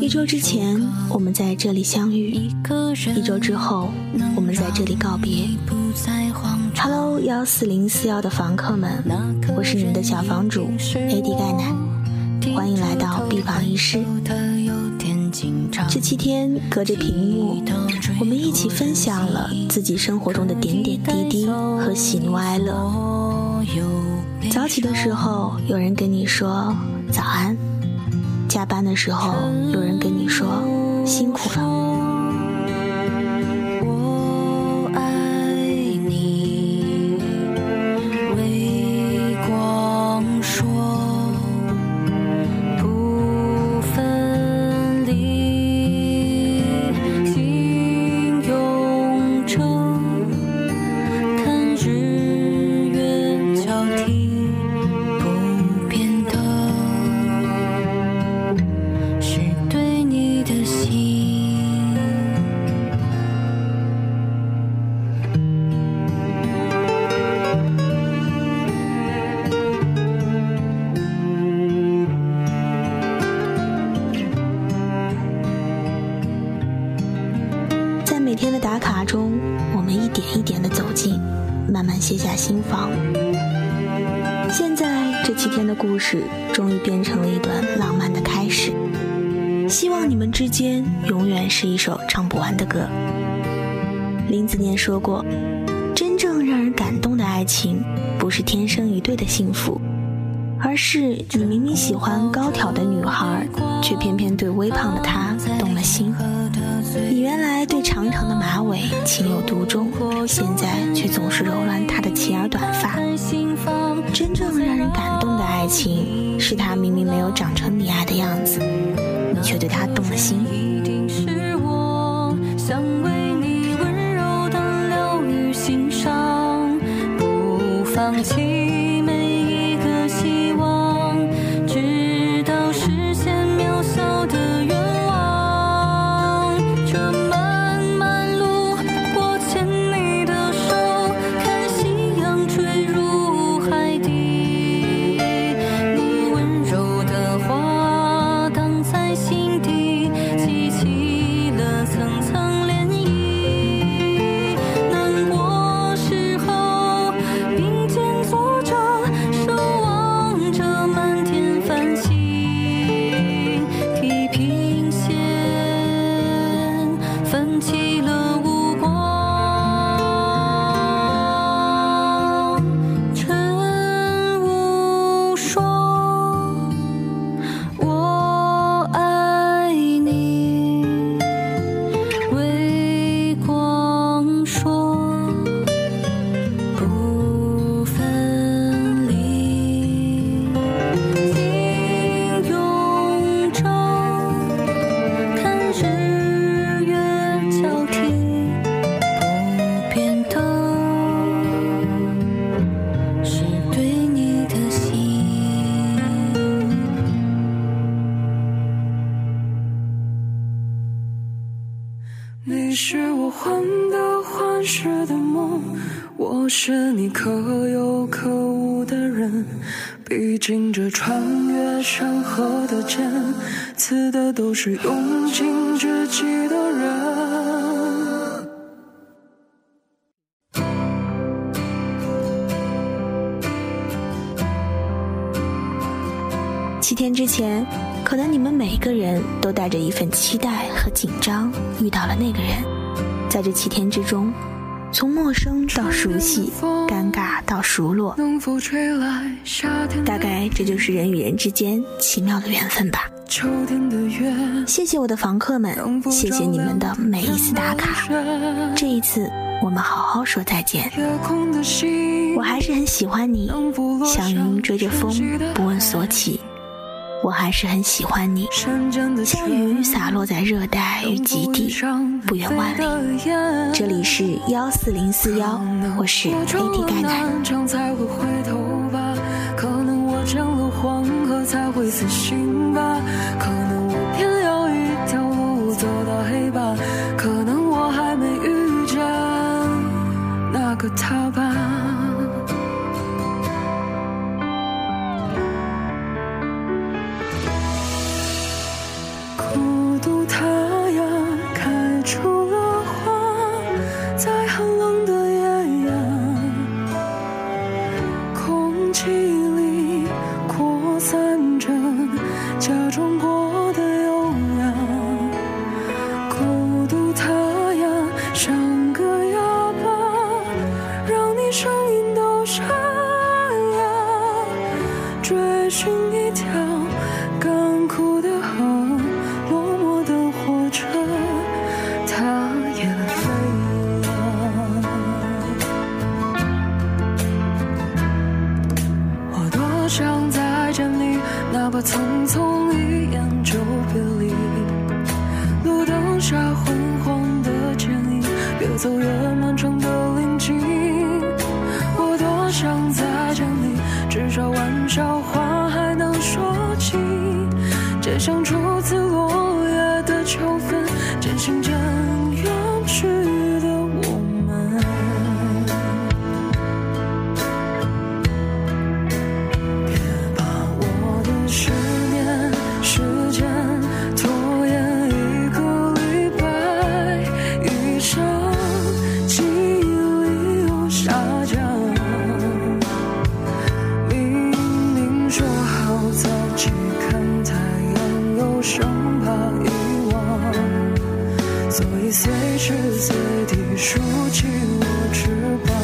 1周之前我们在这里相遇，1周之后我们在这里告别。 Hello 14041的房客们，我是你们的小房主 AD 钙奶，欢迎来到必访医师。这7天隔着屏幕，我们一起分享了自己生活中的点点滴滴和喜怒哀乐。早起的时候有人跟你说早安，加班的时候有人跟你说辛苦了。每天的打卡中，我们一点一点地走近，慢慢卸下心防。现在这7天的故事终于变成了一段浪漫的开始。希望你们之间永远是一首唱不完的歌。林子念说过，真正让人感动的爱情不是天生一对的幸福，而是你明明喜欢高挑的女孩，却偏偏对微胖的她动了心。你原来对长长的马尾情有独钟，现在却总是揉乱她的齐耳短发。真正让人感动的爱情，是她明明没有长成你爱的样子，你却对她动了心。 一定是我想为你温柔的疗愈心伤，不放弃每一个希望，直到实现渺小的愿望。这漫漫路，我牵你的手，看夕阳坠入海底。你温柔的话荡在心底，激起了层层涟漪。难过时候并肩坐着，守望着满天繁星。地平线泛起了无光，晨雾说我爱你，微光说不分离。心拥着看日月交替，不变的是对你的心。你是我患得患失的梦，我是你可有可无的人。毕竟这穿越山河的剑，刺的都是用尽知己的人。 7天之前，可能你们每个人都带着一份期待和紧张遇到了那个人。在这7天之中，从陌生到熟悉，尴尬到熟络， 能否吹来夏天的大概这就是人与人之间奇妙的缘分吧。 秋天的月， 谢谢我的房客们，谢谢你们的每一次打卡。这一次我们好好说再见。 夜空的星， 我还是很喜欢你，像云追着风，不问所起。我还是很喜欢你，像雨洒落在热带与极地，不远万里。这里是14041，我是 AD 钙奶。 才会回头吧，可能我见了黄河才会死心吧，可能我偏要一条路走到黑吧，可能我还没遇见那个他吧。孤初次落叶的秋分，渐行渐远去的我们，别把我的失眠时间拖延一个礼拜以上，记忆里有下降。明明说好早起看太阳，又生怕遗忘，所以随时随地竖起我翅膀。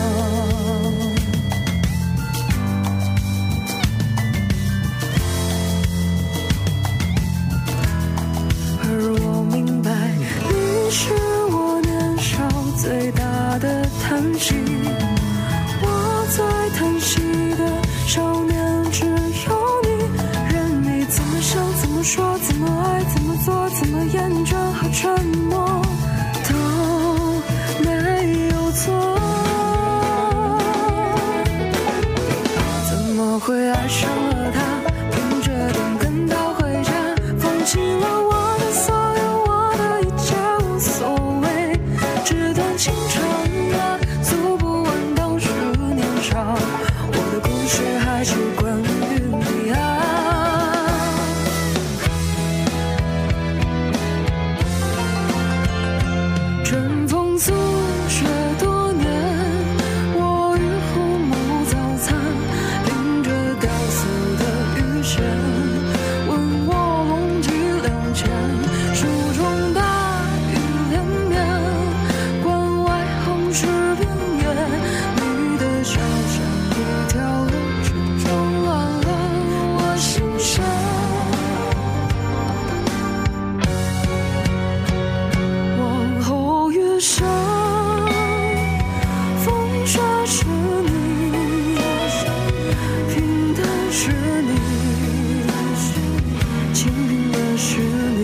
而我明白，你是我年少最大的叹息，我最叹息的少年只有你，任你怎么想怎么说怎么爱怎么做怎么厌倦和沉默都没有错。怎么会爱上了他，凭着电跟他回家，放弃了我的所有，我的一切无所谓，纸短情长啊，诉不完当时年少，我的故事还是关于你啊。春风宿雪多年，我与父母早餐，淋着掉色的雨线，问我龙几两钱，书中大雨连绵，关外横尸边缘，你的笑像一条河，却装乱了我心弦。往后余生，风雪是你，平淡是你，清贫的是你，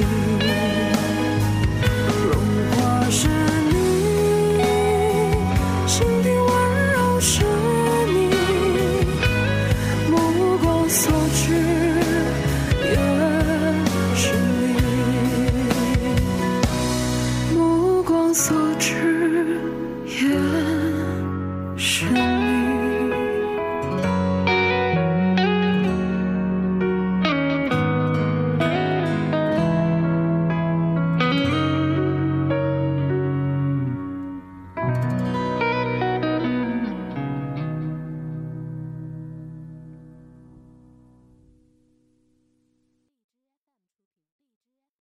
荣华是你，心底温柔是你，目光所至也是你，目光所至也是你。